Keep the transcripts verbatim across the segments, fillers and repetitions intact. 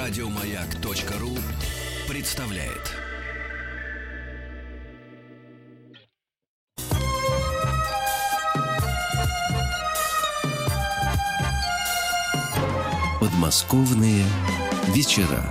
Радиомаяк.ру представляет. Подмосковные вечера.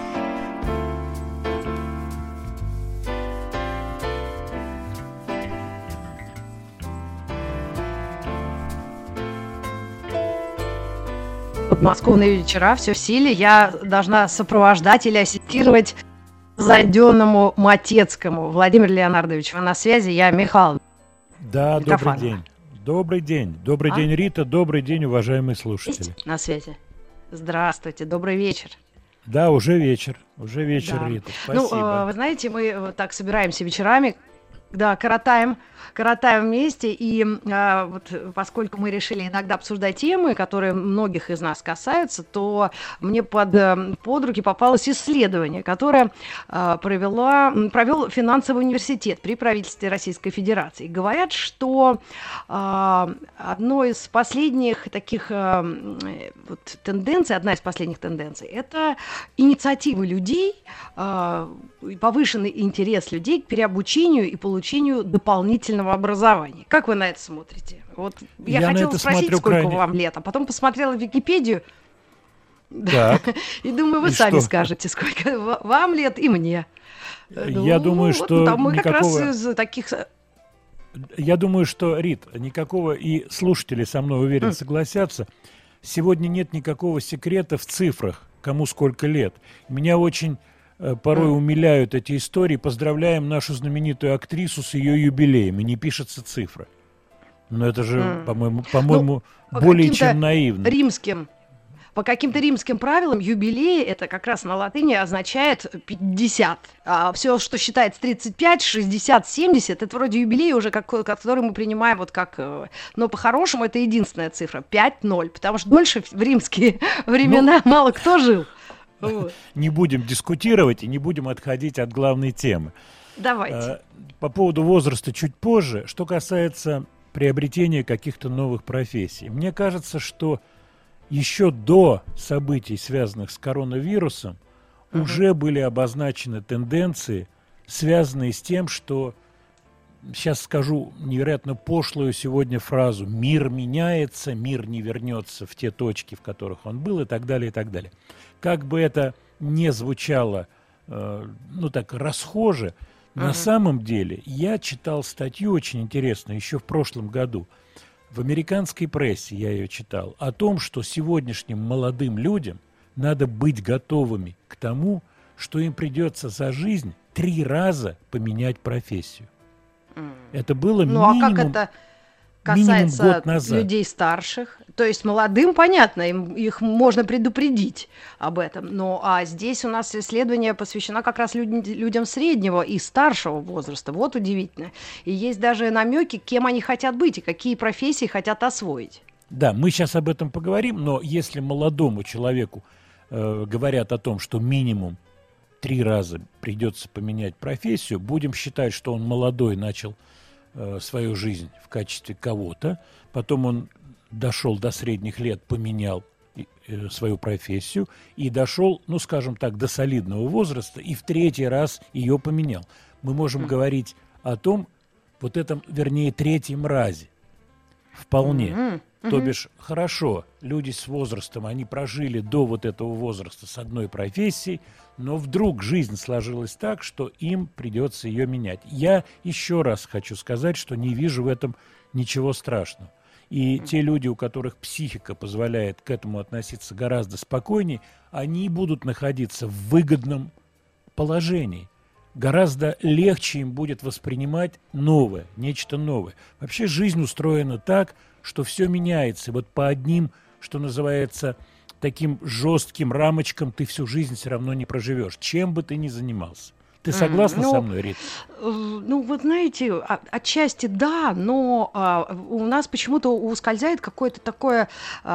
Подмосковные вечера, все в силе. Я должна сопровождать или ассистировать зайденному Матецкому. Владимир Леонардович, вы на связи, я Михаил. Да, Митрофанова. добрый день. Добрый день. Добрый А? день, Рита. Добрый день, уважаемые слушатели. Есть на связи. Здравствуйте, добрый вечер. Да, уже вечер. Уже вечер, Да. Рита. Ну, Спасибо. э, вы знаете, мы вот так собираемся вечерами, да, коротаем, коротаем вместе, и э, вот поскольку мы решили иногда обсуждать темы, которые многих из нас касаются, то мне под, э, под руки попалось исследование, которое э, провела, провел финансовый университет при правительстве Российской Федерации. Говорят, что э, одной из последних таких э, вот, тенденций, одна из последних тенденций, это инициативы людей, э, повышенный интерес людей к переобучению и получению дополнительного образования. Как вы на это смотрите? Вот я, Я на хотела это спросить, смотрю сколько крайне- вам лет, а потом посмотрела в Википедию. Так. И думаю, вы И сами что? скажете, сколько ва- вам лет и мне. Я Ну, думаю, вот, что да, мы как раз никакого- из таких... э, Я думаю, что, Рит, никакого, и слушатели со мной, уверен, согласятся, сегодня нет никакого секрета в цифрах, кому сколько лет. Меня очень э, порой умиляют эти истории. Поздравляем нашу знаменитую актрису с ее юбилеем, и не пишется цифра. Но это же, М. по-моему, по-моему, по более каким-то чем наивно. римским, по каким-то римским правилам юбилей, это как раз на латыни означает пятьдесят. А все, что считается тридцать пять, шестьдесят, семьдесят, это вроде юбилей уже, как, который мы принимаем вот как... э, Но по-хорошему это единственная цифра, пять ноль, потому что дольше в римские времена мало кто жил. Вот. Не будем дискутировать и не будем отходить от главной темы. Давайте. Э, По поводу возраста чуть позже. Что касается приобретения каких-то новых профессий. Мне кажется, что еще до событий, связанных с коронавирусом, Мгм. уже были обозначены тенденции, связанные с тем, что, сейчас скажу невероятно пошлую сегодня фразу, мир меняется, мир не вернется в те точки, в которых он был, и так далее, и так далее. Как бы это ни звучало, э, ну так, расхоже, на Мгм. самом деле я читал статью очень интересную еще в прошлом году. В американской прессе я ее читал о том, что сегодняшним молодым людям надо быть готовыми к тому, что им придется за жизнь три раза поменять профессию. М. Это было Ну, минимум, а как это минимум касается год назад. людей старших? То есть молодым, понятно, им, их можно предупредить об этом. Но а здесь у нас исследование посвящено как раз люд- людям среднего и старшего возраста. Вот удивительно. И есть даже намеки, кем они хотят быть и какие профессии хотят освоить. Да, мы сейчас об этом поговорим, но если молодому человеку э, говорят о том, что минимум три раза придется поменять профессию, будем считать, что он молодой, начал э, свою жизнь в качестве кого-то, потом он дошел до средних лет, поменял э, свою профессию и дошел, ну, скажем так, до солидного возраста и в третий раз ее поменял. Мы можем Мгм. говорить о том, вот этом, вернее, третьем разе. Вполне. Мгм. То Мгм. бишь, хорошо, люди с возрастом, они прожили до вот этого возраста с одной профессией, но вдруг жизнь сложилась так, что им придется ее менять. Я еще раз хочу сказать, что не вижу в этом ничего страшного. И те люди, у которых психика позволяет к этому относиться гораздо спокойнее, они будут находиться в выгодном положении. Гораздо легче им будет воспринимать новое, нечто новое. Вообще жизнь устроена так, что все меняется. И вот по одним, что называется, таким жестким рамочкам ты всю жизнь все равно не проживешь, чем бы ты ни занимался. Ты М, согласна ну, со мной, Рита? Э, Ну, вот знаете, о- отчасти да, но а, у нас почему-то ускользает какое-то такое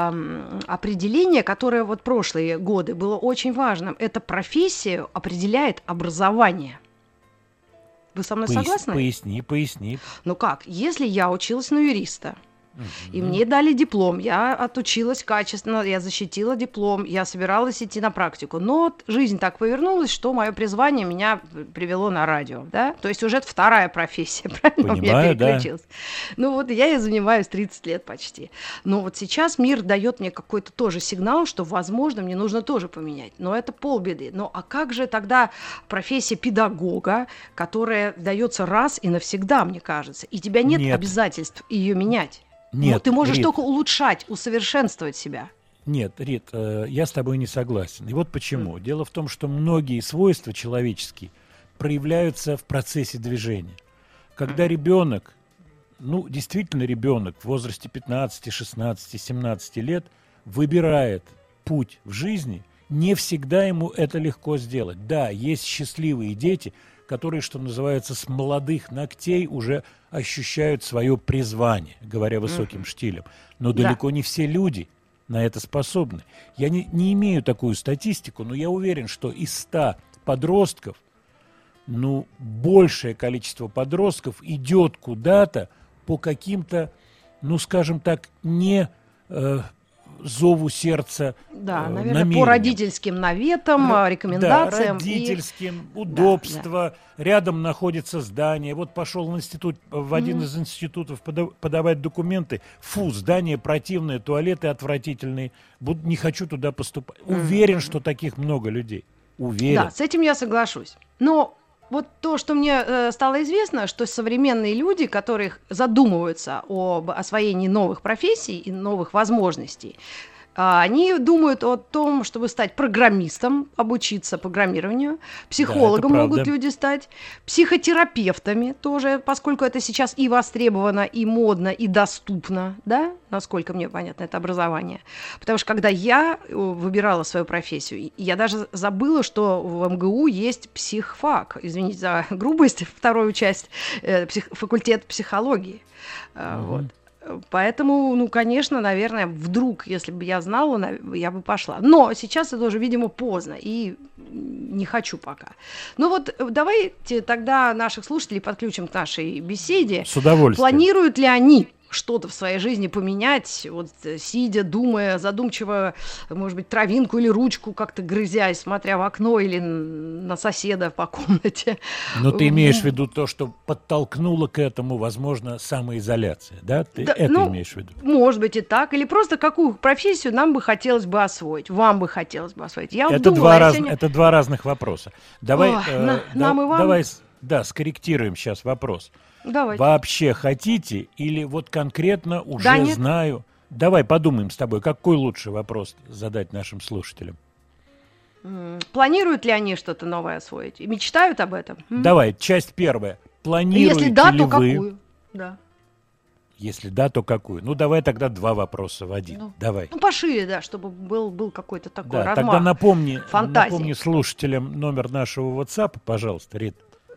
ам, определение, которое вот прошлые годы было очень важным. Это профессию определяет образование. Вы со мной Пояс- согласны? Поясни, поясни. Ну как, если я училась на юриста, Mm-hmm. И мне дали диплом. Я отучилась качественно, я защитила диплом, я собиралась идти на практику. Но жизнь так повернулась, что мое призвание меня привело на радио. Да? То есть уже это вторая профессия, правильно? Понимаю, у меня переключилась. Да. Ну вот я и занимаюсь тридцать лет почти. Но вот сейчас мир дает мне какой-то тоже сигнал, что, возможно, мне нужно тоже поменять. Но это полбеды. Ну а как же тогда профессия педагога, которая дается раз и навсегда, мне кажется, и у тебя нет, нет. обязательств ее менять? Нет, ну, ты можешь Рит. только улучшать, усовершенствовать себя. Нет, Рит, э, я с тобой не согласен. И вот почему. Mm. Дело в том, что многие свойства человеческие проявляются в процессе движения. Когда mm. ребенок, ну, действительно ребенок в возрасте пятнадцати, шестнадцати, семнадцати лет выбирает путь в жизни, не всегда ему это легко сделать. Да, есть счастливые дети, которые, что называется, с молодых ногтей уже ощущают свое призвание, говоря высоким mm-hmm. штилем. Но да. далеко не все люди на это способны. Я не, не имею такую статистику, но я уверен, что из ста подростков, ну, большее количество подростков идет куда-то по каким-то, ну, скажем так, не... Э, зову сердца, да, э, наверное, намерениям. По родительским наветам, Р- рекомендациям. Да, родительским, и... удобство, да, да. Рядом находится здание. Вот пошел в институт, в один mm-hmm. из институтов подав- подавать документы. Фу, здание противное, туалеты отвратительные. Буд- не хочу туда поступать. Mm-hmm. Уверен, что таких много людей. Уверен. Да, с этим я соглашусь. Но вот то, что мне э, стало известно, что современные люди, которые задумываются об освоении новых профессий и новых возможностей, э, они думают о том, чтобы стать программистом, обучиться программированию, психологом да, могут люди стать, психотерапевтами тоже, поскольку это сейчас и востребовано, и модно, и доступно, да, насколько мне понятно это образование. Потому что когда я выбирала свою профессию, я даже забыла, что в эм гэ у есть психфак, извините за грубость, вторую часть, э, псих, факультет психологии. Mm-hmm. Вот. Поэтому, ну, конечно, наверное, вдруг, если бы я знала, я бы пошла. Но сейчас это уже, видимо, поздно, и не хочу пока. Ну вот давайте тогда наших слушателей подключим к нашей беседе. С удовольствием. Планируют ли они что-то в своей жизни поменять, вот сидя, думая, задумчиво, может быть, травинку или ручку как-то грызя, смотря в окно или на соседа по комнате. Но ты имеешь в виду то, что подтолкнуло к этому, возможно, самоизоляция, да? Ты да, это ну, имеешь в виду? Может быть и так, или просто какую профессию нам бы хотелось бы освоить, вам бы хотелось бы освоить. Я это, думала, два я раз, сегодня... это два разных вопроса. Давай, О, э, на, да, нам и вам? давай, да, скорректируем сейчас вопрос. Давайте. Вообще хотите или вот конкретно уже да, нет. знаю? Давай подумаем с тобой, какой лучший вопрос задать нашим слушателям. Планируют ли они что-то новое освоить? И мечтают об этом? Давай, часть первая. Планируете Если да, ли то вы... какую? Да. Если да, то какую? Ну, давай тогда два вопроса в один. Ну, давай. Ну, пошире, да, чтобы был, был какой-то такой да, размах тогда напомни, фантазии. напомни слушателям номер нашего WhatsApp, пожалуйста, Рит.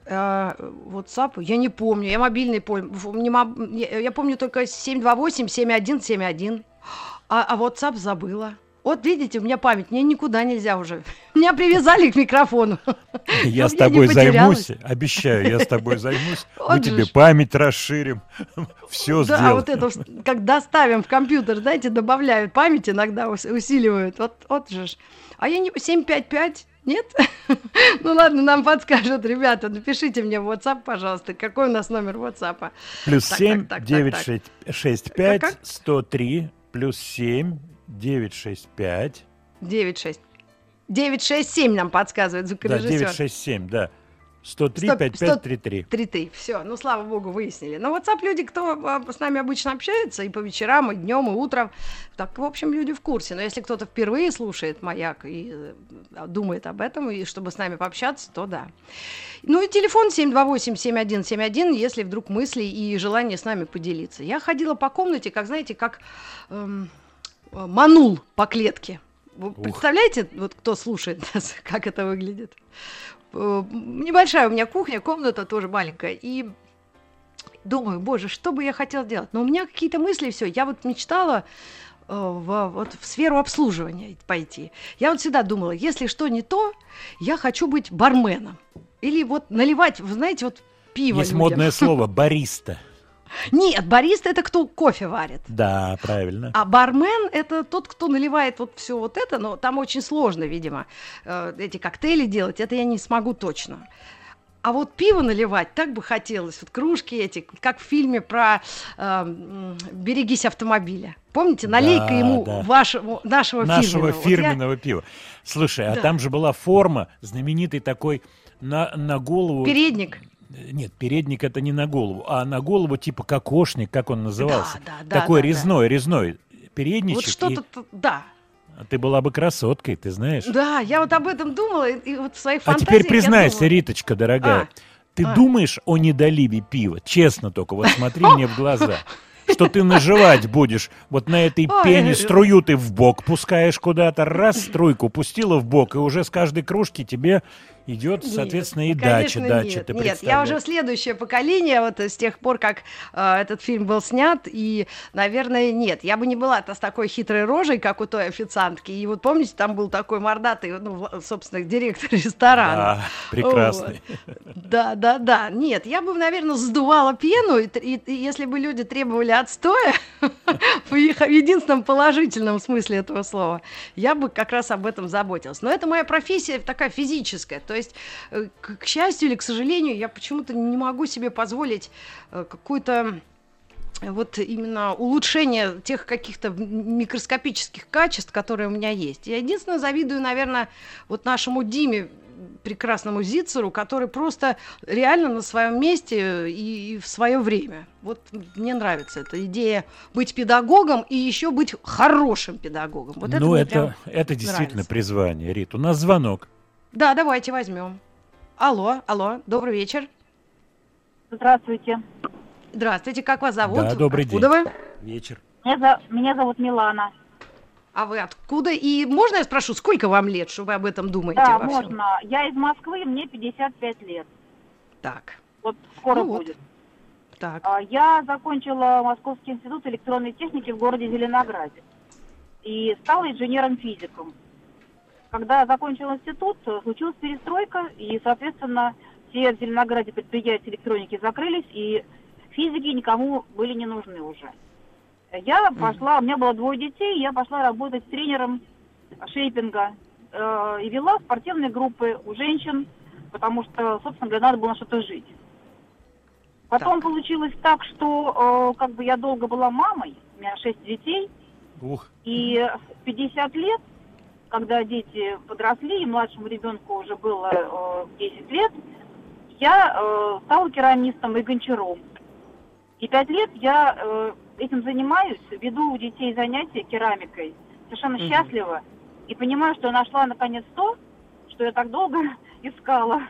WhatsApp, я не помню, я мобильный помню, не моб... я, я помню только семь два восемь семь один семь один, а, а WhatsApp забыла. Вот видите, у меня память, мне никуда нельзя уже. Меня привязали к микрофону. Я с тобой займусь, обещаю, я с тобой займусь. Мы тебе память расширим, все сделаем. Да, вот это, когда ставим в компьютер, знаете, добавляют память, иногда усиливают. Вот же ж. А я не... семь пять пять? Нет? Ну ладно, нам подскажут, ребята, напишите мне в WhatsApp, пожалуйста, какой у нас номер WhatsApp. Плюс семь девятьсот шестьдесят пять сто три, плюс семь девятьсот шестьдесят пять. девять шесть. девять шесть семь нам подсказывает звукорежиссер. Да, девять шесть семь, да. сто три пятьдесят пять тридцать три. тридцать три. Все, ну слава богу, выяснили. Но WhatsApp люди, кто с нами обычно общается и по вечерам, и днем, и утром, так, в общем, люди в курсе. Но если кто-то впервые слушает «Маяк» и думает об этом, и чтобы с нами пообщаться, то да. Ну и телефон семь два восемь семь один семь один, если вдруг мысли и желание с нами поделиться. Я ходила по комнате, как, знаете, как эм, манул по клетке. Вы Ух. представляете, вот кто слушает нас, как это выглядит? Небольшая у меня кухня, комната тоже маленькая. И думаю, боже, что бы я хотела делать? Но у меня какие-то мысли, все. Я вот мечтала э, в, вот, в сферу обслуживания пойти. Я вот всегда думала, если что не то, я хочу быть барменом. Или вот наливать, вы знаете, вот пиво Есть людям. модное слово «бариста». Нет, бариста — это кто кофе варит. Да, правильно. А бармен — это тот, кто наливает вот все вот это, но там очень сложно, видимо, э, эти коктейли делать, это я не смогу точно. А вот пиво наливать так бы хотелось, вот кружки эти, как в фильме про э, «Берегись автомобиля». Помните, налей-ка Да, ему да. вашего, нашего, Нашего фирменного. фирменного Вот пива. Слушай, а Да. там же была форма, знаменитый такой на, на голову... я... Передник. Нет, передник это не на голову, а на голову типа кокошник, как он назывался. Да, да, да, Такой да, резной, резной передничек. Вот что-то, и... т- да. Ты была бы красоткой, ты знаешь. Да, я вот об этом думала, и, и вот в своих А фантазиях теперь я признайся, думала. Риточка, дорогая, А, ты а. думаешь о недоливе пива? Честно только, вот смотри мне в глаза. Что ты наживать будешь. Вот на этой Ой, пене э, струю ты в бок пускаешь куда-то, раз струйку пустила в бок, и уже с каждой кружки тебе идет, Нет, соответственно, и конечно, дача, дача. нет, Ты нет, я уже следующее поколение, вот с тех пор, как э, этот фильм был снят, и, наверное, нет, я бы не была-то с такой хитрой рожей, как у той официантки, и вот помните, там был такой мордатый, ну, вла- собственно, директор ресторана. Да, прекрасный. Вот. Да, да, да, нет, я бы, наверное, сдувала пену, и, и- и если бы люди требовали отстоя, в их единственном положительном смысле этого слова, я бы как раз об этом заботилась. Но это моя профессия такая физическая. То есть, э, к, к счастью или к сожалению, я почему-то не могу себе позволить э, какую-то э, вот именно улучшение тех каких-то м- микроскопических качеств, которые у меня есть. Я единственное завидую, наверное, вот нашему Диме, прекрасному Зицеру, который просто реально на своем месте и, и в свое время. Вот мне нравится эта идея быть педагогом и еще быть хорошим педагогом. Вот это Ну, мне это, прям это действительно нравится. призвание, Рит. У нас звонок. Да, давайте возьмем. Алло, алло, добрый вечер. Здравствуйте. Здравствуйте, как вас зовут? Да, добрый Откуда день. вы? Вечер. Меня, за- меня зовут Милана. А вы откуда? И можно я спрошу, сколько вам лет, что вы об этом думаете Да, во всем? можно. Я из Москвы, мне пятьдесят пять лет. Так, Вот скоро Ну вот. будет. так. А, Я закончила Московский институт электронной техники в городе Зеленограде. И стала инженером-физиком. Когда закончила институт, случилась перестройка, и, соответственно, все в Зеленограде предприятия электроники закрылись, и физики никому были не нужны уже. Я пошла, у меня было двое детей, я пошла работать тренером шейпинга э, и вела спортивные группы у женщин, потому что, собственно говоря, надо было на что-то жить. Потом Так. получилось так, что э, как бы я долго была мамой, у меня шесть детей, Ух, и в пятьдесят лет, когда дети подросли, и младшему ребенку уже было э, десять лет, я э, стала керамистом и гончаром. И пять лет я э, этим занимаюсь, веду у детей занятия керамикой, совершенно Мгм. счастлива. И понимаю, что я нашла наконец то, что я так долго искала.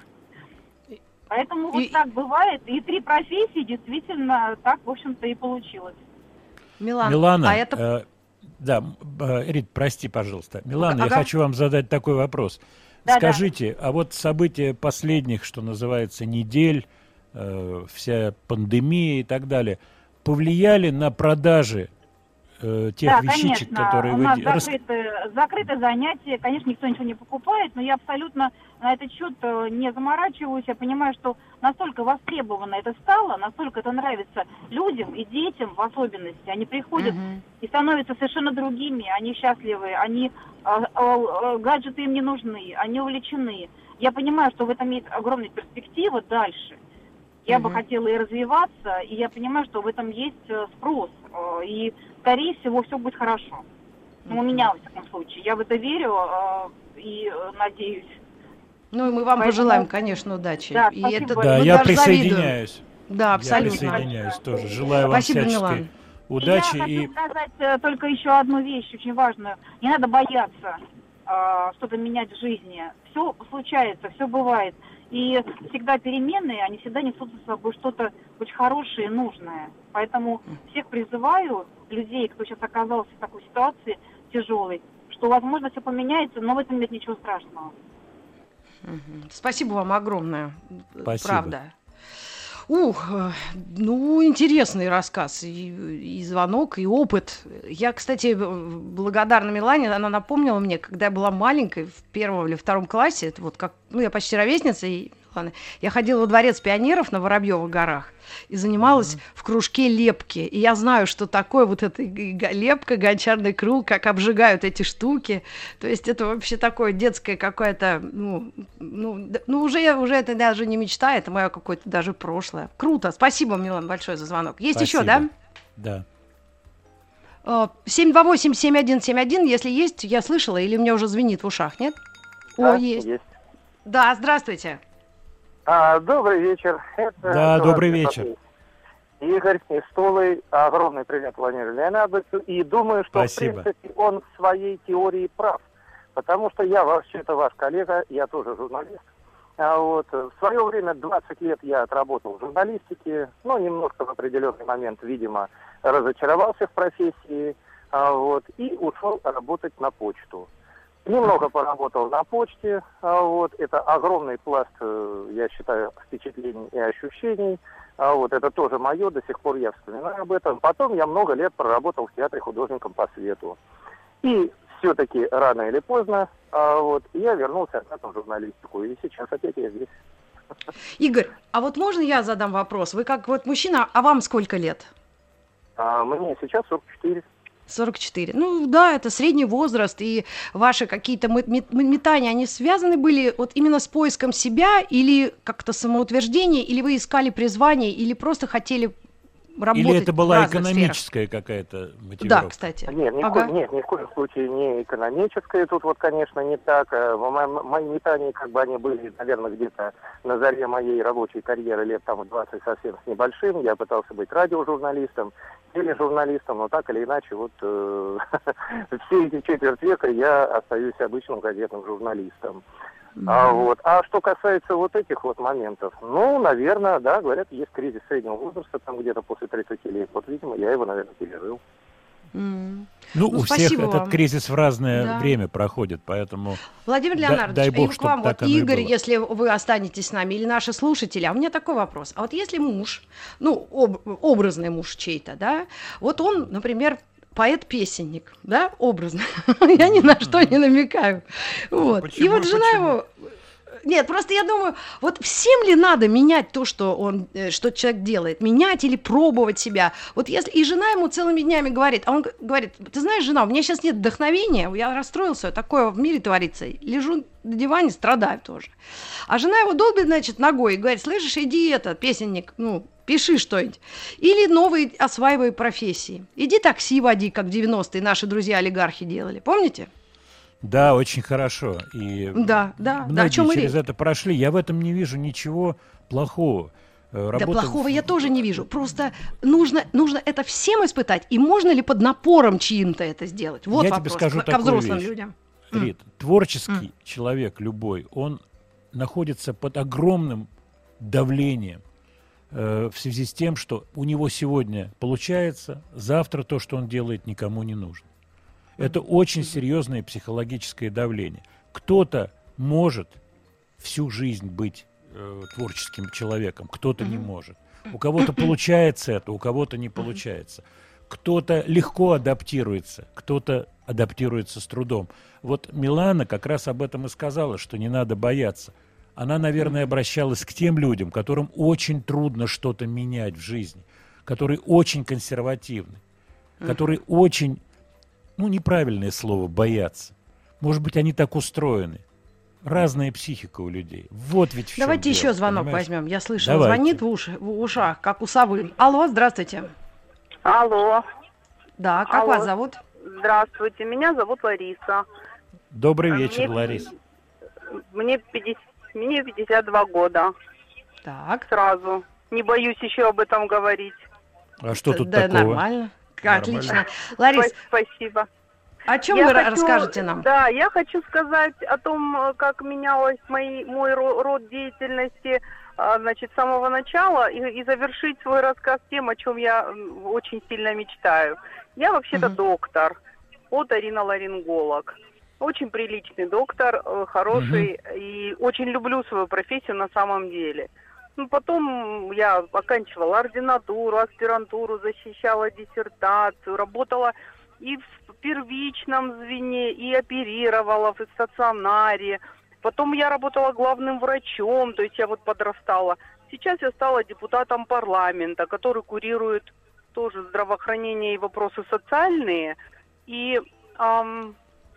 Поэтому вот И- так бывает. И три профессии действительно так, в общем-то, и получилось. Милана, Милана, а это... э, да, м, э, Рит, прости, пожалуйста. Милана, я Ага. хочу вам задать такой вопрос. Да-да. Скажите, а вот события последних, что называется, недель, э, вся пандемия и так далее, повлияли на продажи э, тех Да, вещичек, конечно, которые у вы... нас де- рас- закрыты, закрыты занятия, конечно, никто ничего не покупает, но я абсолютно на этот счет э, не заморачиваюсь, я понимаю, что настолько востребовано это стало, настолько это нравится людям и детям в особенности, они приходят Мгм. и становятся совершенно другими, они счастливы, они, э, э, э, гаджеты им не нужны, они увлечены. Я понимаю, что в этом есть огромная перспектива дальше. Я бы Мгм. хотела и развиваться, и я понимаю, что в этом есть э, спрос, э, и, скорее всего, все будет хорошо. Ну, у Мгм. меня, во всяком случае. Я в это верю э, и э, надеюсь. Ну и мы вам Поэтому- пожелаем, конечно, удачи. Да, И спасибо это большое. Да, мы я даже завидуем. присоединяюсь. Да, Я абсолютно. присоединяюсь тоже. Желаю вам Спасибо, всяческой Милан. удачи. И я И... хочу сказать э, только еще одну вещь, очень важную. Не надо бояться э, что-то менять в жизни. Все случается, все бывает. И всегда перемены, они всегда несут за собой что-то очень хорошее и нужное. Поэтому всех призываю, людей, кто сейчас оказался в такой ситуации тяжелой, что, возможно, все поменяется, но в этом нет ничего страшного. Мгм. Спасибо вам огромное. Спасибо. Правда. Ух, э, ну, интересный рассказ, и, и звонок, и опыт. Я, кстати, б- благодарна Милане, она напомнила мне, когда я была маленькой, в первом или втором классе, это вот как, ну, я почти ровесница, и Милана. Я ходила во дворец пионеров на Воробьевых горах и занималась mm-hmm. в кружке лепки. И я знаю, что такое вот эта лепка, гончарный круг, как обжигают эти штуки. То есть это вообще такое детское какое-то, ну, ну, ну уже, уже это даже не мечта, это мое какое-то даже прошлое. Круто. Спасибо, Милан, большое за звонок. Есть Спасибо. еще, да? Да. семь два восемь семь один семь один, если есть, я слышала, или мне уже звенит в ушах, нет? Да, О, есть. есть. Да, здравствуйте. А, добрый вечер. Это да, добрый вечер. Игорь из Тулы. Огромный привет Владимиру Леонидовичу. И думаю, что Спасибо. в принципе он в своей теории прав. Потому что я вообще-то ваш коллега, я тоже журналист. А вот в свое время, двадцать лет я отработал в журналистике, но немножко в определенный момент, видимо, разочаровался в профессии, а вот, и ушел работать на почту. Немного поработал на почте, а вот, это огромный пласт, я считаю, впечатлений и ощущений, а вот, это тоже мое, до сих пор я вспоминаю об этом. Потом я много лет проработал в театре художником по свету. И все-таки рано или поздно а вот, я вернулся обратно в журналистику, и сейчас опять я здесь. Игорь, а вот можно я задам вопрос? Вы как вот мужчина, а вам сколько лет? А мне сейчас сорок четыре. сорок четыре. Ну да, это средний возраст, и ваши какие-то метания, они связаны были вот именно с поиском себя, или как-то самоутверждение, или вы искали призвание, или просто хотели работать. Или это была в разных экономическая сферах. Какая-то мотивировка? Да, кстати. Нет, ни, ага. в, нет, ни в коем случае не экономическая. Тут вот, конечно, не так. Мои, мои метания, как бы они были, наверное, где-то на заре моей рабочей карьеры лет там двадцать совсем с небольшим. Я пытался быть радиожурналистом, тележурналистом, но так или иначе, вот э, все эти четверть века я остаюсь обычным газетным журналистом. Mm-hmm. А, вот. а что касается вот этих вот моментов, ну, наверное, да, говорят, есть кризис среднего возраста, там где-то после тридцати лет. Вот, видимо, я его, наверное, пережил. Mm. Ну, ну, у всех вам. этот кризис в разное да. время проходит, поэтому... Владимир Леонардович, дай бог, и к вам, вот Игорь, если вы останетесь с нами, или наши слушатели, а у меня такой вопрос. А вот если муж, ну, об, образный муж чей-то, да, вот он, например, поэт-песенник, да, образно. Я ни на что не намекаю. Вот. И вот жена его... Нет, просто я думаю, вот всем ли надо менять то, что он, что человек делает? Менять или пробовать себя? Вот если и жена ему целыми днями говорит, а он говорит, ты знаешь, жена, у меня сейчас нет вдохновения, я расстроился, такое в мире творится, лежу на диване, страдаю тоже. А жена его долбит, значит, ногой и говорит, слышишь, иди это, песенник, ну, пиши что-нибудь. Или новые осваивай профессии. Иди такси води, как в девяностые наши друзья-олигархи делали. Помните? Да, очень хорошо. И да, да, многие да, о чем мы через речь? это прошли. Я в этом не вижу ничего плохого. Работа... Да плохого я тоже не вижу. Просто нужно, нужно это всем испытать. И можно ли под напором чьим-то это сделать? Вот я вопрос тебе скажу к, такую ко взрослым вещь. людям. Рит, mm. творческий mm. человек любой, он находится под огромным давлением э, в связи с тем, что у него сегодня получается, завтра то, что он делает, никому не нужно. Это очень серьезное психологическое давление. Кто-то может всю жизнь быть э, творческим человеком, кто-то не может. У кого-то получается это, у кого-то не получается. Кто-то легко адаптируется, кто-то адаптируется с трудом. Вот Милана как раз об этом и сказала, что не надо бояться. Она, наверное, обращалась к тем людям, которым очень трудно что-то менять в жизни, которые очень консервативны, которые очень... Ну, неправильное слово «бояться». Может быть, они так устроены. Разная психика у людей. Вот ведь в чем Давайте дело, еще звонок понимаешь? возьмем. Я слышала, Давайте. звонит в, уши, в ушах, как у совы. Алло, здравствуйте. Алло. Да, как Алло. вас зовут? Здравствуйте, меня зовут Лариса. Добрый вечер, мне, Ларис. Мне пятьдесят, мне пятьдесят два года. Так. Сразу. Не боюсь еще об этом говорить. А что тут да, такого? Нормально. Нормально. Отлично. Ларис, спасибо. О чем я вы хочу, расскажете нам? Да, я хочу сказать о том, как менялась мои, мой род деятельности, значит, с самого начала и, и завершить свой рассказ тем, о чем я очень сильно мечтаю. Я вообще-то угу. доктор, оториноларинголог. Очень приличный доктор, хороший, угу. и очень люблю свою профессию на самом деле. Ну, потом я оканчивала ординатуру, аспирантуру, защищала диссертацию, работала и в первичном звене, и оперировала в стационаре, Потом я работала главным врачом, то есть я вот подрастала. Сейчас я стала депутатом парламента, который курирует тоже здравоохранение и вопросы социальные. И эм,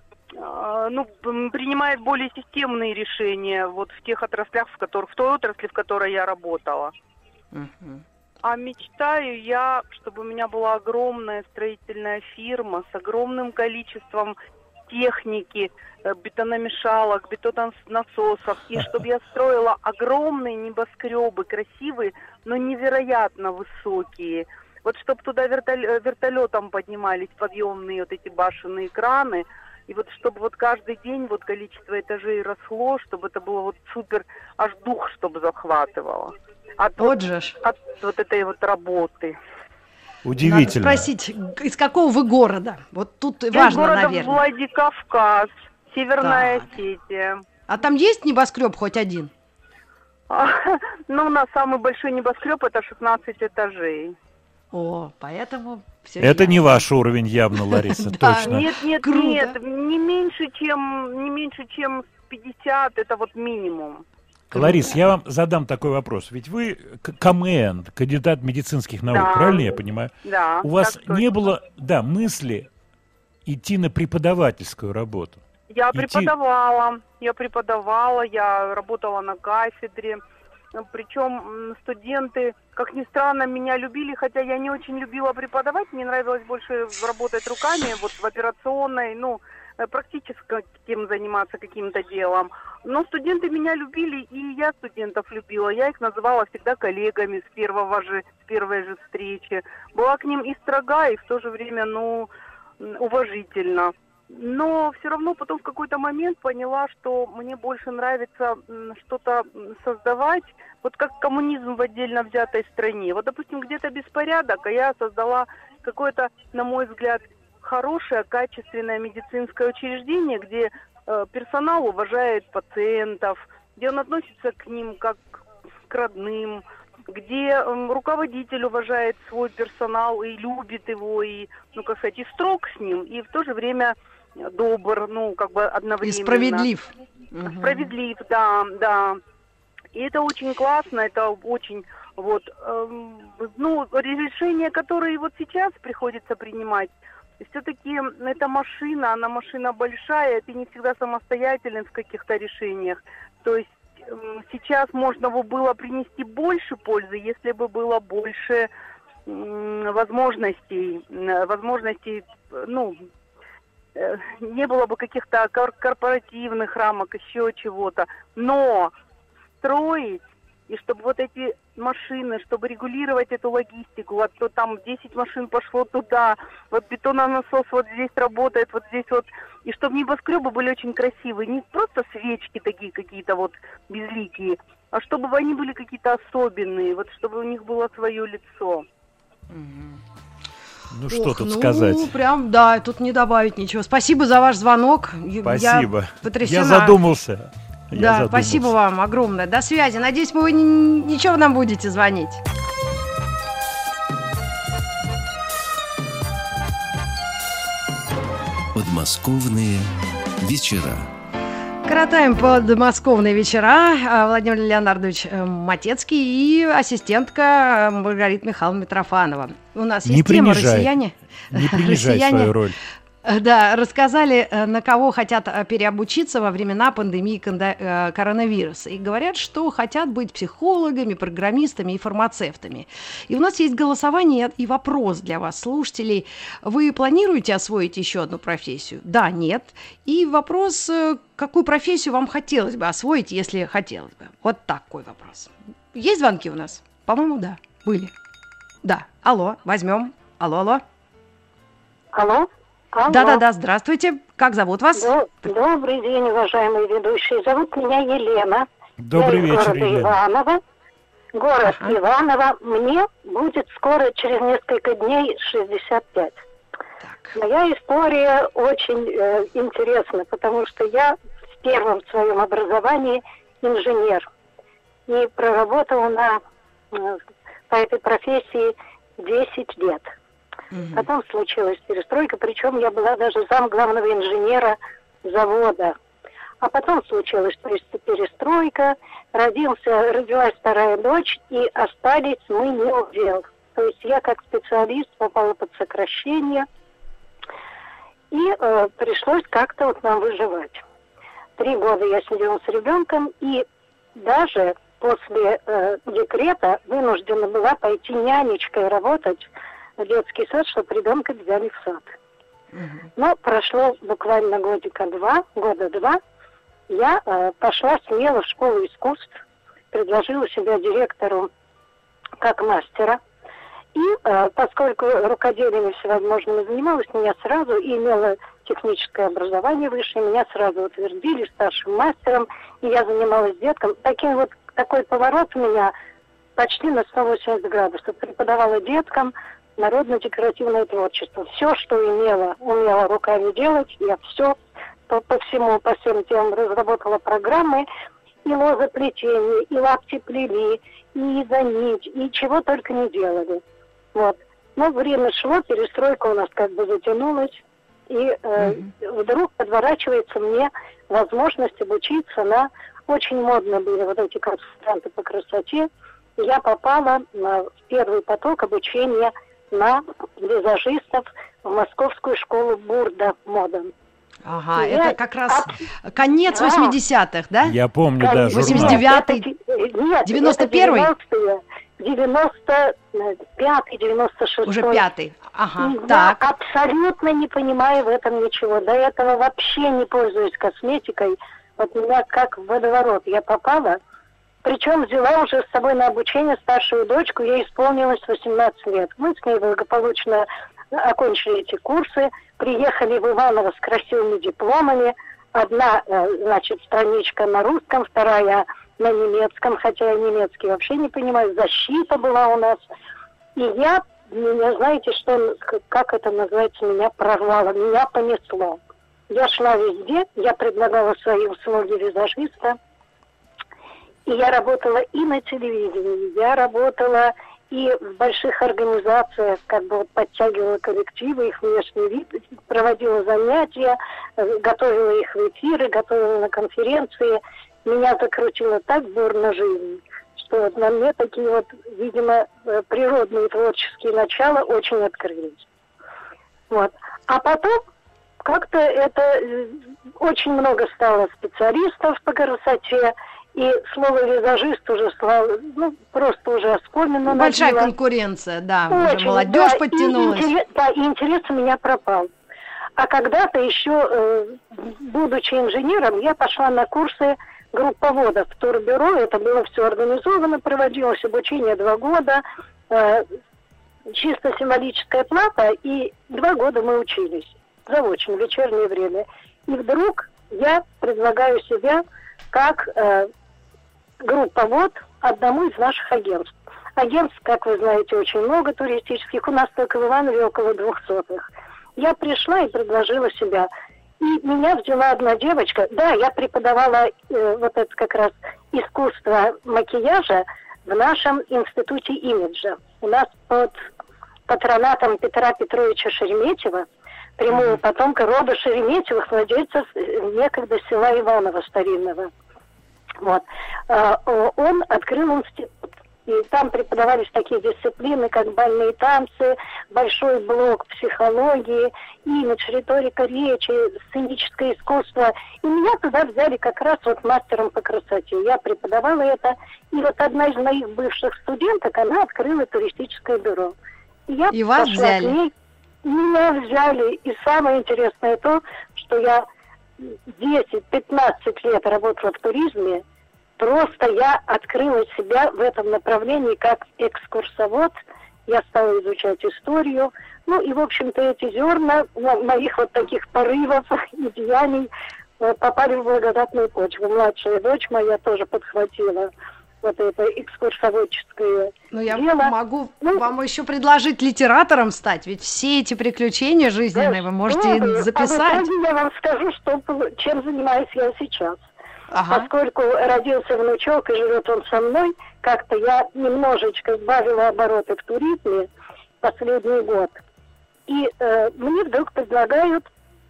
э, ну, принимает более системные решения вот в тех отраслях, в которых, в той отрасли, в которой я работала. Мгм. А мечтаю я, чтобы у меня была огромная строительная фирма с огромным количеством техники, э, бетономешалок, бетононасосов, и чтобы я строила огромные небоскребы, красивые, но невероятно высокие. Вот чтобы туда вертоле- вертолетом поднимались подъемные вот эти башенные краны, и вот чтобы вот каждый день вот количество этажей росло, чтобы это было вот супер, аж дух чтобы захватывало. От вот, Вот же ж. от вот этой вот работы. Надо Удивительно. спросить, г- из какого вы города? Вот тут Я из важно, города наверное. Владикавказ, Северная Так. Осетия. А там есть небоскреб хоть один? А, Ну, у нас самый большой небоскреб это шестнадцать этажей. О, поэтому все Это не ваш уровень явно, Лариса, Да. точно. Нет, нет, Круто. нет, не меньше, чем не меньше, чем пятьдесят, это вот минимум. Ларис, я вам задам такой вопрос. Ведь вы к- КМН, кандидат медицинских наук, Да. правильно я понимаю? Да. У вас так точно. не было, да, мысли идти на преподавательскую работу? Я идти- преподавала, я преподавала, я работала на кафедре. Причем м, студенты, как ни странно, меня любили, хотя я не очень любила преподавать, мне нравилось больше работать руками, вот в операционной, ну, э, практическим заниматься каким-то делом. Но студенты меня любили, и я студентов любила. Я их называла всегда коллегами с первого же, с первой же встречи. Была к ним и строга, и в то же время, ну, м, уважительно. Но все равно потом в какой-то момент поняла, что мне больше нравится м, что-то м, создавать, вот как коммунизм в отдельно взятой стране. Вот, допустим, где-то беспорядок, а я создала какое-то, на мой взгляд, хорошее, качественное медицинское учреждение, где э, персонал уважает пациентов, где он относится к ним как к родным, где м, руководитель уважает свой персонал и любит его, и, ну, как сказать, и строг с ним, и в то же время добр, ну, как бы И одновременно. справедлив. Мгм. Справедлив, да, да. И это очень классно, это очень, вот, эм, ну, решения, которые вот сейчас приходится принимать, все-таки эта машина, она машина большая, ты не всегда самостоятелен в каких-то решениях. То есть эм, сейчас можно бы было принести больше пользы, если бы было больше м, возможностей, м, возможностей, ну, э, не было бы каких-то кор- корпоративных рамок, еще чего-то. Но строить, и чтобы вот эти машины, чтобы регулировать эту логистику, вот то там десять машин пошло туда, вот бетононасос вот здесь работает, вот здесь вот, и чтобы небоскребы были очень красивые, не просто свечки такие какие-то вот безликие, а чтобы они были какие-то особенные, вот чтобы у них было свое лицо. Ну что Ох, тут ну, сказать? прям, да, тут не добавить ничего. Спасибо за ваш звонок. Я- Спасибо. Я потрясена. Я задумался. Я Да, задумался. спасибо вам огромное. До связи. Надеюсь, вы ни- ничего нам будете звонить. Подмосковные вечера. Коротаем подмосковные вечера. А, Владимир Леонардович э, Матецкий и ассистентка э, Маргарита Михайловна Митрофанова. У нас Не есть тема принижай. «Россияне». Не принижай Россияне, свою роль. э, Да, рассказали, э, на кого хотят э, переобучиться во времена пандемии конда- э, коронавируса. И говорят, что хотят быть психологами, программистами и фармацевтами. И у нас есть голосование и вопрос для вас, слушателей. Вы планируете освоить еще одну профессию? Да, нет. И вопрос, э, какую профессию вам хотелось бы освоить, если хотелось бы? Вот такой вопрос. Есть звонки у нас? По-моему, да, были. Да, алло, возьмем. Алло, алло. Алло? Алло. Да-да-да, здравствуйте. Как зовут вас? До- Добрый день, уважаемые ведущие. Зовут меня Елена. Добрый Я из вечер, города Елена. Иваново. Город Ага. Иваново. Мне будет скоро, через несколько дней, шестьдесят пять. Так. Моя история очень э, интересна, потому что я в первом своем образовании инженер. И проработала на, э, по этой профессии десять лет. Мгм. Потом случилась перестройка, причем я была даже зам главного инженера завода. А потом случилась перестройка, родился, родилась вторая дочь, и остались мы не у дел. То есть я как специалист попала под сокращение, и э, пришлось как-то вот нам выживать. Три года я сидела с ребенком, и даже после э, декрета вынуждена была пойти нянечкой работать в детский сад, чтобы ребенка взяли в сад. Mm-hmm. Но прошло буквально годика два, года два, я э, пошла смело в школу искусств, предложила себя директору как мастера. И э, поскольку рукоделием всевозможным занималась, меня сразу и имела техническое образование высшее, меня сразу утвердили старшим мастером, и я занималась деткам. Таким вот, такой поворот у меня почти на сто восемьдесят градусов. Преподавала деткам народно-декоративное творчество. Все, что имела, умела руками делать, я все по, по всему, по всем темам разработала программы, и лозоплетение, и лапти плели, и изонить, и чего только не делали. Вот. Но время шло, перестройка у нас как бы затянулась, и э, mm-hmm. вдруг подворачивается мне возможность обучиться на... Очень модно были вот эти консультанты по красоте. И я попала на, в первый поток обучения на визажистов в московскую школу Бурда мода. Ага, и это я... как раз а... конец да. восьмидесятых, да? Я помню, да, восемьдесят девятый, девяносто первый? девяносто пятый, девяносто шестой. Уже пятый, ага, и так. Я абсолютно не понимаю в этом ничего. До этого вообще не пользуюсь косметикой. Вот меня как в водоворот. Я попала, причем взяла уже с собой на обучение старшую дочку, ей исполнилось восемнадцать лет. Мы с ней благополучно окончили эти курсы, приехали в Иваново с красивыми дипломами. Одна, значит, страничка на русском, вторая на немецком, хотя я немецкий вообще не понимаю. Защита была у нас. И я, меня, знаете, что, как это называется, меня прорвало, меня понесло. Я шла везде, я предлагала свои услуги визажиста. И я работала и на телевидении, я работала и в больших организациях, как бы вот подтягивала коллективы, их внешний вид, проводила занятия, готовила их в эфиры, готовила на конференции. Меня закрутило так бурно жизнь, что вот на мне такие вот, видимо, природные творческие начала очень открылись. Вот. А потом как-то это очень много стало специалистов по красоте, и слово визажист уже стало, ну, просто уже оскомину. Большая набило. Конкуренция, да, очень, уже молодежь да, подтянулась. И интерес, да, и интерес у меня пропал. А когда-то еще, э, будучи инженером, я пошла на курсы групповодов в турбюро, это было все организовано, проводилось обучение два года, э, чисто символическая плата, и два года мы учились, заочно, в вечернее время. И вдруг я предлагаю себя как э, групповод одному из наших агентств. Агентств, как вы знаете, очень много туристических, у нас только в Иванове около двухсотых. Я пришла и предложила себя. И меня взяла одна девочка. Да, я преподавала э, вот это как раз искусство макияжа в нашем институте имиджа. У нас под патронатом Петра Петровича Шереметьева, прямого потомка рода Шереметьевых, владельцев некогда села Иваново старинного. Вот. Э, он открыл институт. И там преподавались такие дисциплины, как бальные танцы, большой блок психологии, имидж, риторика речи, сценическое искусство. И меня туда взяли как раз вот мастером по красоте. Я преподавала это. И вот одна из моих бывших студенток, она открыла туристическое бюро. И, я и вас взяли? К ней, меня взяли. И самое интересное то, что я десять-пятнадцать лет работала в туризме. Просто я открыла себя в этом направлении как экскурсовод. Я стала изучать историю. Ну и, в общем-то, эти зерна моих вот таких порывов и деяний попали в благодатную почву. Младшая дочь моя тоже подхватила вот это экскурсоводческое Но я дело. могу ну, вам еще предложить литератором стать, ведь все эти приключения жизненные да, вы можете да, записать. А я вам скажу, что, чем занимаюсь я сейчас. Ага. Поскольку родился внучок и живет он со мной, как-то я немножечко сбавила обороты в туризме последний год. И э, мне вдруг предлагают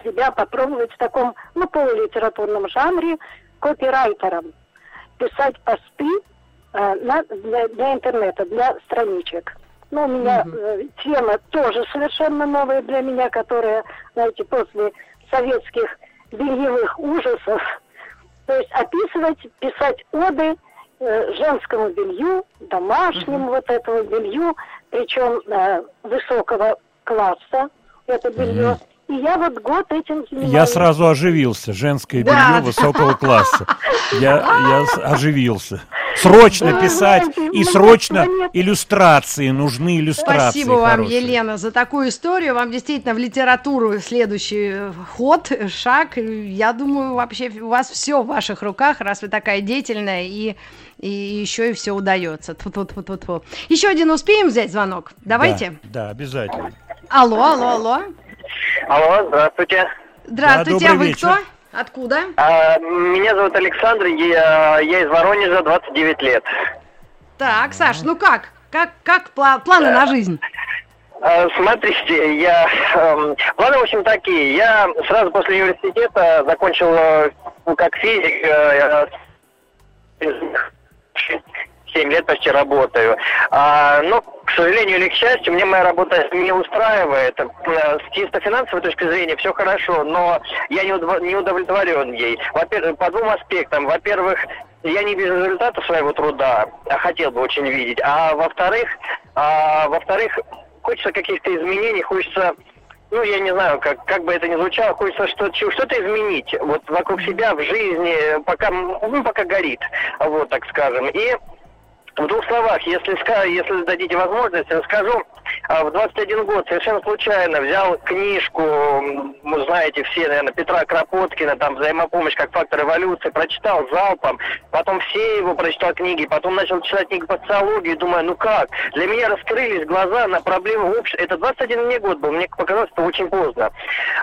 себя попробовать в таком, ну, полулитературном жанре копирайтером. Писать посты э, на, для, для интернета, для страничек. Ну, у меня э, тема тоже совершенно новая для меня, которая, знаете, после советских бельевых ужасов, то есть описывать, писать оды э, женскому белью, домашнему mm-hmm. вот этому белью, причем э, высокого класса, это белье. Mm-hmm. И я вот год этим занимаюсь. Я сразу оживился. Женское белье да. высокого класса. Я, я оживился. Срочно да, писать знаете, и срочно иллюстрации. Нужны иллюстрации. Спасибо вам, хорошие. Елена, за такую историю. Вам действительно в литературу следующий ход, шаг. Я думаю, вообще у вас все в ваших руках, раз вы такая деятельная и, и еще и все удается. Тьфу-тьфу-тьфу-тьфу. Еще один успеем взять звонок? Давайте. Да, да, обязательно. Алло, алло, алло. Алло, здравствуйте. Здравствуйте, да, а вы вечер. кто? Откуда? А, меня зовут Александр, я, я из Воронежа, двадцать девять лет. Так, Саш, ну как? Как, как планы на жизнь? А, смотрите, я... Э, планы, в общем, такие. Я сразу после университета закончил ну, как физик, э, семь лет почти работаю. А, но, к сожалению или к счастью, мне моя работа не устраивает. С чисто финансовой точки зрения все хорошо, но я не, удов... не удовлетворен ей. Во-первых, по двум аспектам. Во-первых, я не вижу результата своего труда, а хотел бы очень видеть. А во-вторых, а, во-вторых, хочется каких-то изменений, хочется... Ну, я не знаю, как, как бы это ни звучало, хочется что- что-то изменить вот вокруг себя, в жизни, пока, ну, пока горит, вот так скажем. И в двух словах, если, если дадите возможность, расскажу. В двадцать один год совершенно случайно взял книжку, вы знаете все, наверное, Петра Кропоткина, там «Взаимопомощь как фактор эволюции», прочитал залпом, потом все его прочитал книги, потом начал читать книги по социологии, думаю, ну как? Для меня раскрылись глаза на проблемы общества. Это двадцать один мне год был, мне показалось, это очень поздно.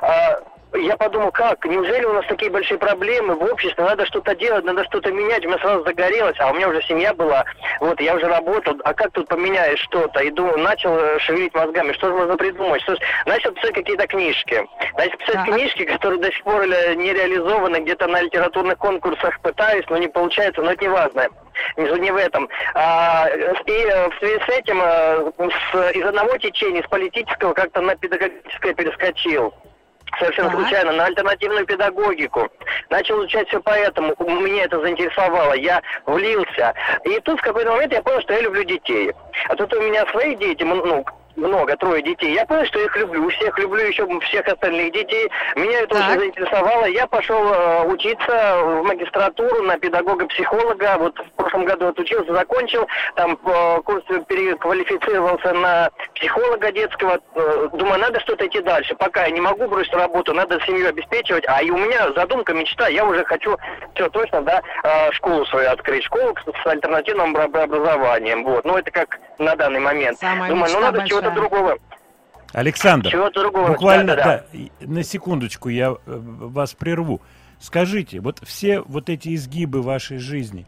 Я подумал, как, неужели у нас такие большие проблемы в обществе, надо что-то делать, надо что-то менять, у меня сразу загорелось, а у меня уже семья была, вот, я уже работал, а как тут поменяешь что-то, и думаю, начал шевелить мозгами, что же можно придумать, что же... начал писать какие-то книжки, начал писать ага. книжки, которые до сих пор не реализованы, где-то на литературных конкурсах пытаюсь, но не получается, но это не важно. Не в этом. А, и в связи с этим с, из одного течения, с политического, как-то на педагогическое перескочил. Совершенно так. случайно, на альтернативную педагогику. Начал изучать все поэтому, меня это заинтересовало, я влился. И тут в какой-то момент я понял, что я люблю детей. А тут у меня свои дети, ну, много, трое детей. Я понял, что я их люблю, у всех люблю еще всех остальных детей. Меня это так. очень заинтересовало. Я пошел э, учиться в магистратуру на педагога-психолога. Вот в прошлом году отучился, закончил. Там э, курс переквалифицировался на психолога детского. Э, думаю, надо что-то идти дальше. Пока я не могу бросить работу, надо семью обеспечивать. А и у меня задумка, мечта. Я уже хочу, все точно, да, э, школу свою открыть. Школу с альтернативным образованием. Вот. Ну, это как на данный момент. Самая Думаю, ну надо большая. чего-то другого. Александр, Чего-то другого. буквально, да, да, да, на секундочку я вас прерву. Скажите, вот все вот эти изгибы вашей жизни,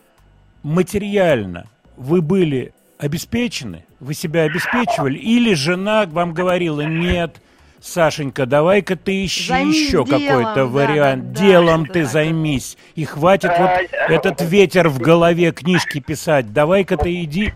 материально вы были обеспечены? Вы себя обеспечивали? Или жена вам говорила, нет, Сашенька, давай-ка ты ищи займись еще делом, какой-то да, вариант. Да, делом да, ты да, займись. И хватит а, вот а, этот ветер в голове книжки писать. Давай-ка ты иди...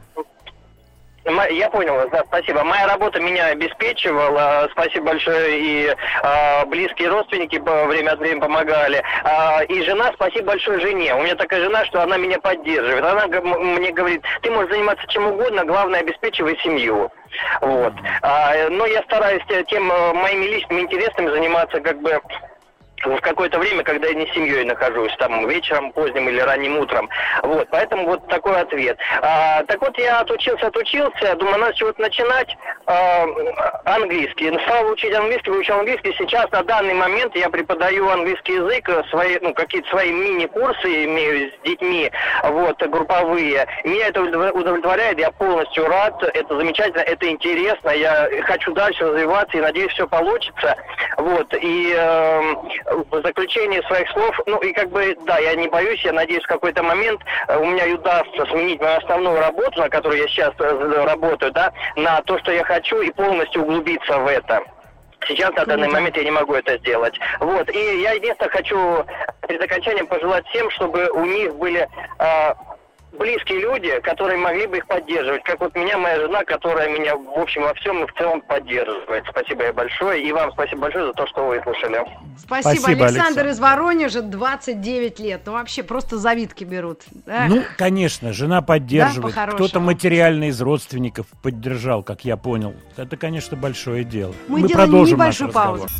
Я понял вас, да, спасибо. Моя работа меня обеспечивала, спасибо большое, и а, близкие родственники время от времени помогали. А, и жена, спасибо большое жене. У меня такая жена, что она меня поддерживает. Она мне говорит, ты можешь заниматься чем угодно, главное обеспечивай семью. Вот. А, но я стараюсь тем моими личными интересами заниматься как бы в какое-то время, когда я не с семьей нахожусь, там, вечером, поздним или ранним утром. Вот, поэтому вот такой ответ. А, так вот, я отучился, отучился, думаю, надо с чего-то начинать. А, английский. Стал учить английский, выучил английский. Сейчас, на данный момент, я преподаю английский язык, свои, ну, какие-то свои мини-курсы имею с детьми, вот, групповые. Меня это удовлетворяет, я полностью рад, это замечательно, это интересно, я хочу дальше развиваться и надеюсь, все получится. Вот, и... Э, в заключение своих слов, ну и как бы, да, я не боюсь, я надеюсь, в какой-то момент у меня удастся сменить мою основную работу, на которой я сейчас работаю, да, на то, что я хочу, и полностью углубиться в это. Сейчас, на данный Круто. момент, я не могу это сделать. Вот. И я единственное хочу перед окончанием пожелать всем, чтобы у них были э, близкие люди, которые могли бы их поддерживать. Как вот меня, моя жена, которая меня, в общем, во всем и в целом поддерживает. Спасибо ей большое. И вам спасибо большое за то, что вы слушали. Спасибо, Спасибо, Александр, Александр. из Воронежа, двадцать девять лет. Ну, вообще, просто завидки берут. Да? Ну, конечно, жена поддерживает. Да, по-хорошему. Кто-то материально из родственников поддержал, как я понял. Это, конечно, большое дело. Мы Мы делаем продолжим наш небольшую разговор. паузу.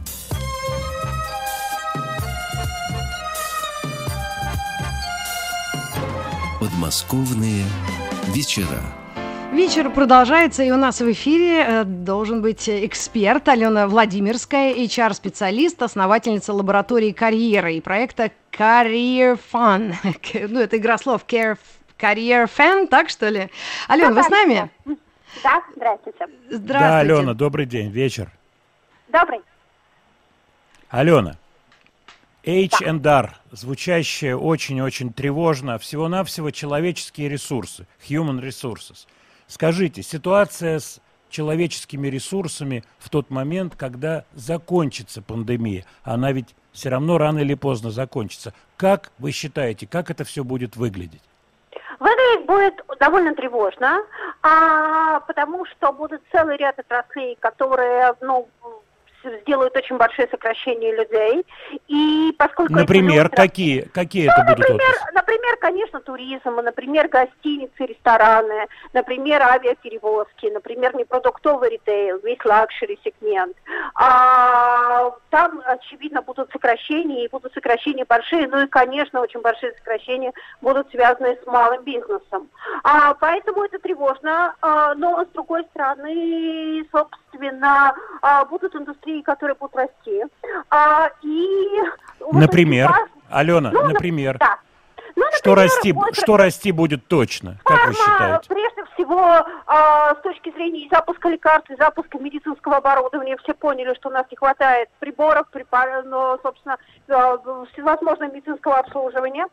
Подмосковные вечера. Вечер продолжается, и у нас в эфире э, должен быть эксперт Алена Владимирская, эйч ар-специалист, основательница лаборатории карьеры и проекта Career Fun. Ну, это игра слов Career Fan, так что ли? Алена, вы с нами? Да, здравствуйте. Здравствуйте. Да, Алена, добрый день, вечер. Добрый. Алена, эйч ар, звучащее очень-очень тревожно, всего-навсего человеческие ресурсы, human resources. Скажите, ситуация с человеческими ресурсами в тот момент, когда закончится пандемия, она ведь все равно рано или поздно закончится. Как вы считаете, как это все будет выглядеть? Выглядеть будет довольно тревожно, а, потому что будут целый ряд отраслей, которые, ну, сделают очень большие сокращения людей. И поскольку Например, люди... какие, какие ну, это будут например, отрасли? например, конечно, туризм, например, гостиницы, рестораны, например, авиаперевозки, например, непродуктовый ритейл, весь лакшери сегмент. А, там, очевидно, будут сокращения, и будут сокращения большие, ну и, конечно, очень большие сокращения будут связаны с малым бизнесом. А, поэтому это тревожно, а, но, с другой стороны, собственно, а, будут индустрии, которые будут расти. А, и Например, вот, Алена, ну, например, да. Ну, что, например, расти, вот, что расти будет точно, как вы фарма, считаете? прежде всего, а, с точки зрения запуска лекарств, запуска медицинского оборудования, все поняли, что у нас не хватает приборов, препар... ну, собственно, всевозможного медицинского обслуживания.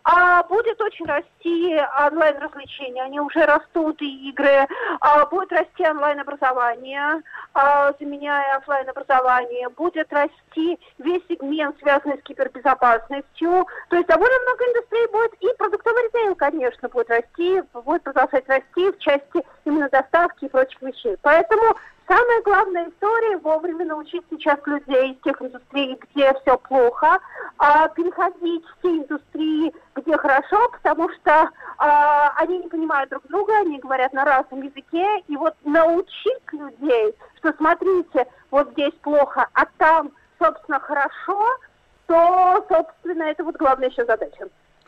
А будет очень расти онлайн-развлечения, они уже растут, и игры. А, будет расти онлайн-образование, а, заменяя офлайн-образование. Будет расти весь сегмент, связанный с кибербезопасностью. То есть довольно много индустрий будет, и продуктовый ритейл, конечно, будет расти, будет продолжать расти в части именно доставки и прочих вещей. Поэтому самая главная история — вовремя научить сейчас людей из тех индустрий, где все плохо, а, переходить в те индустрии, где хорошо, потому что а, они не понимают друг друга, они говорят на разном языке, и вот научить людей, что смотрите, вот здесь плохо, а там, собственно, хорошо, то, собственно, это вот главная еще задача.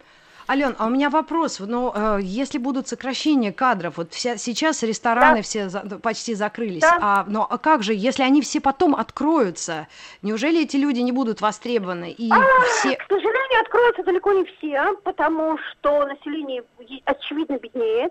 Ален, а у меня вопрос. Ну, э, если будут сокращения кадров, вот вся, сейчас рестораны да. все за, почти закрылись, да. а, но а как же, если они все потом откроются, неужели эти люди не будут востребованы? И а, все... К сожалению, откроются далеко не все, потому что население, очевидно, беднеет.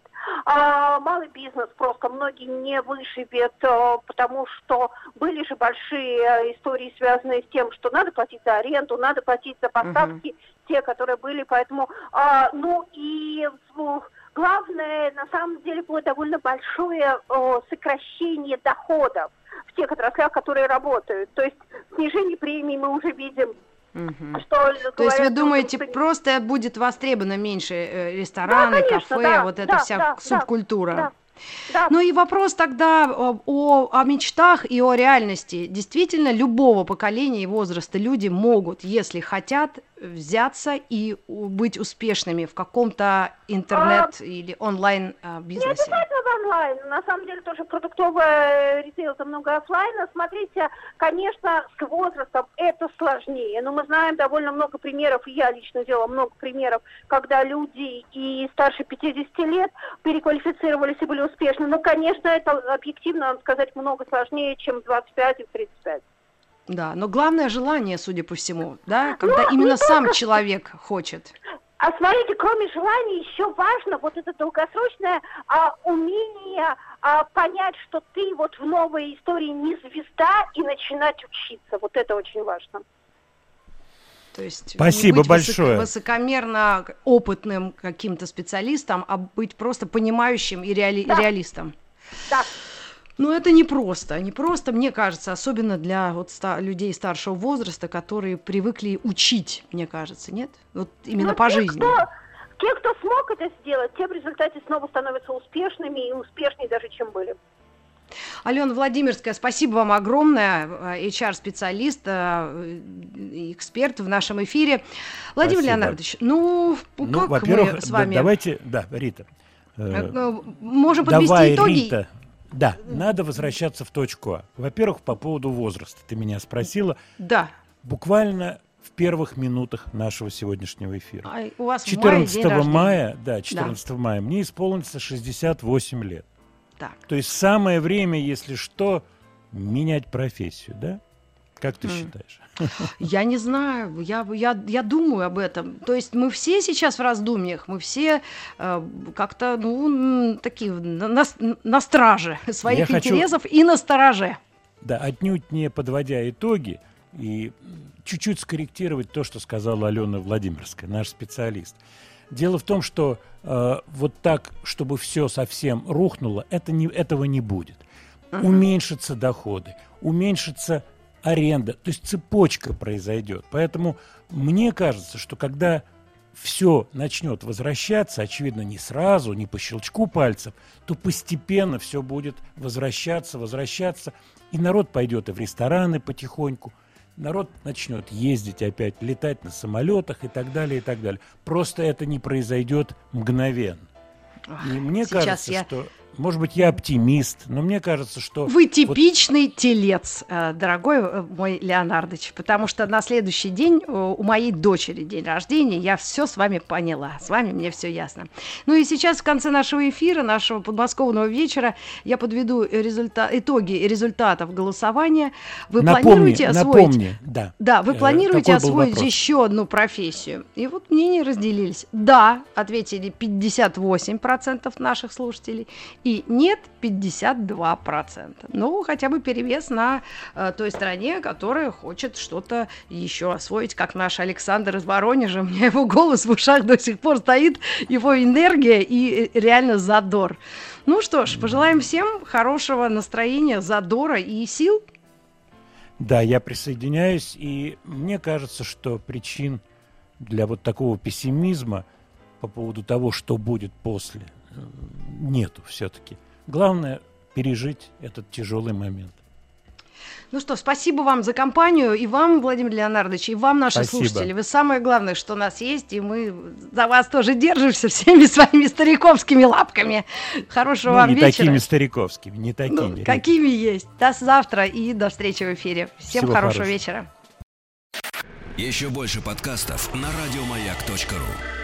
А, малый бизнес просто многие не выживет, потому что были же большие истории, связанные с тем, что надо платить за аренду, надо платить за поставки, uh-huh. те, которые были, поэтому... А, ну и ну, главное, на самом деле, будет довольно большое о, сокращение доходов в тех отраслях, которые работают. То есть снижение премий мы уже видим. Угу. Что, То говорят, есть вы думаете, что... просто будет востребовано меньше э, рестораны, да, конечно, кафе, да, вот эта да, вся да, субкультура? Да. Да. Ну и вопрос тогда о, о, о мечтах и о реальности. Действительно, любого поколения и возраста люди могут, если хотят, взяться и быть успешными в каком-то интернет- а, или онлайн-бизнесе? Не обязательно в онлайн. На самом деле тоже продуктовый ритейл, это много офлайна. Смотрите, конечно, с возрастом это сложнее, но мы знаем довольно много примеров, и я лично делала много примеров, когда люди и старше пятидесяти лет переквалифицировались и были успешны. Но, конечно, это объективно, надо сказать, много сложнее, чем в двадцать пять и в тридцать пять. Да, но главное желание, судя по всему, да, когда ну, именно сам только... человек хочет. А смотрите, кроме желания еще важно вот это долгосрочное а, умение а, понять, что ты вот в новой истории не звезда, и начинать учиться. Вот это очень важно. То есть спасибо не быть большое. Высокомерно опытным каким-то специалистом, а быть просто понимающим и реали... да. реалистом. Да. Ну, это непросто, непросто, мне кажется, особенно для вот ста- людей старшего возраста, которые привыкли учить, мне кажется, нет? Вот именно Ну, по те, жизни. Кто, те, кто смог это сделать, те в результате снова становятся успешными и успешнее даже, чем были. Алена Владимирская, спасибо вам огромное, эйч ар-специалист, э, эксперт в нашем эфире. Владимир Спасибо. Леонардович, ну, Ну, как во-первых, мы с вами да, давайте, да, Рита. э, можем подвести Давай, итоги? Рита. Да, надо возвращаться в точку А. Во-первых, по поводу возраста. Ты меня спросила. Да. Буквально в первых минутах нашего сегодняшнего эфира. А у вас четырнадцатого в мае день мая, да, четырнадцатого мая мне исполнится шестьдесят восемь лет. Так. То есть самое время, если что, менять профессию, да? Как ты М. считаешь? Я не знаю, я, я, я думаю об этом. То есть мы все сейчас в раздумьях, мы все э, как-то, ну, м, такие на, на, на страже своих Я хочу- интересов и на стороже. Да, отнюдь не подводя итоги, и чуть-чуть скорректировать то, что сказала Алена Владимирская, наш специалист. Дело в том, что э, вот так, чтобы все совсем рухнуло, это не, этого не будет. Мгм. Уменьшатся доходы, уменьшится аренда, то есть цепочка произойдет. Поэтому мне кажется, что когда все начнет возвращаться, очевидно, не сразу, не по щелчку пальцев, то постепенно все будет возвращаться, возвращаться, и народ пойдет и в рестораны потихоньку, народ начнет ездить опять, летать на самолетах и так далее, и так далее. Просто это не произойдет мгновенно. И мне Сейчас кажется, я- что, может быть, я оптимист, но мне кажется, что... Вы вот типичный телец, э, дорогой э, мой Леонардович, потому что на следующий день э, у моей дочери день рождения, я все с вами поняла, с вами мне все ясно. Ну и сейчас в конце нашего эфира, нашего подмосковного вечера, я подведу результа- итоги результатов голосования. Вы напомни, планируете освоить... напомни, да. Да, вы Э, планируете какой был освоить вопрос? еще одну профессию? И вот мнения разделились. Да, ответили пятьдесят восемь процентов наших слушателей, и нет пятьдесят два процента. Ну, хотя бы перевес на э, той стороне, которая хочет что-то еще освоить, как наш Александр из Воронежа. У меня его голос в ушах до сих пор стоит, его энергия и э, реально задор. Ну что ж, пожелаем всем хорошего настроения, задора и сил. Да, я присоединяюсь, и мне кажется, что причин для вот такого пессимизма по поводу того, что будет после, э, нету все-таки. Главное пережить этот тяжелый момент. Ну что, спасибо вам за компанию, и вам, Владимир Леонардович, и вам, наши Спасибо. слушатели. Вы самое главное, что у нас есть, и мы за вас тоже держимся всеми своими стариковскими лапками. Хорошего Ну, вам не вечера. такими стариковскими, не такими. Ну, Рита. какими есть. До завтра и до встречи в эфире. Всем Всего хорошего хорошего. вечера. Еще больше подкастов на радиомаяк точка ру.